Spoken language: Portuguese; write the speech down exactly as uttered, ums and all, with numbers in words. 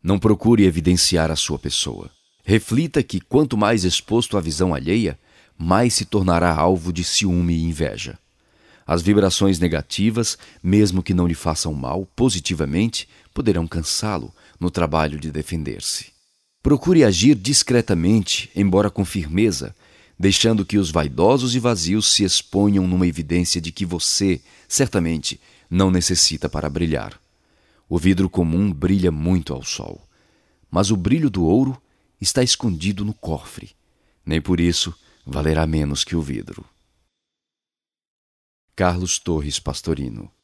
Não procure evidenciar a sua pessoa. Reflita que quanto mais exposto à visão alheia, mais se tornará alvo de ciúme e inveja. As vibrações negativas, mesmo que não lhe façam mal positivamente, poderão cansá-lo no trabalho de defender-se. Procure agir discretamente, embora com firmeza, deixando que os vaidosos e vazios se exponham numa evidência de que você, certamente, não necessita para brilhar. O vidro comum brilha muito ao sol, mas o brilho do ouro está escondido no cofre. Nem por isso valerá menos que o vidro. Carlos Torres Pastorino.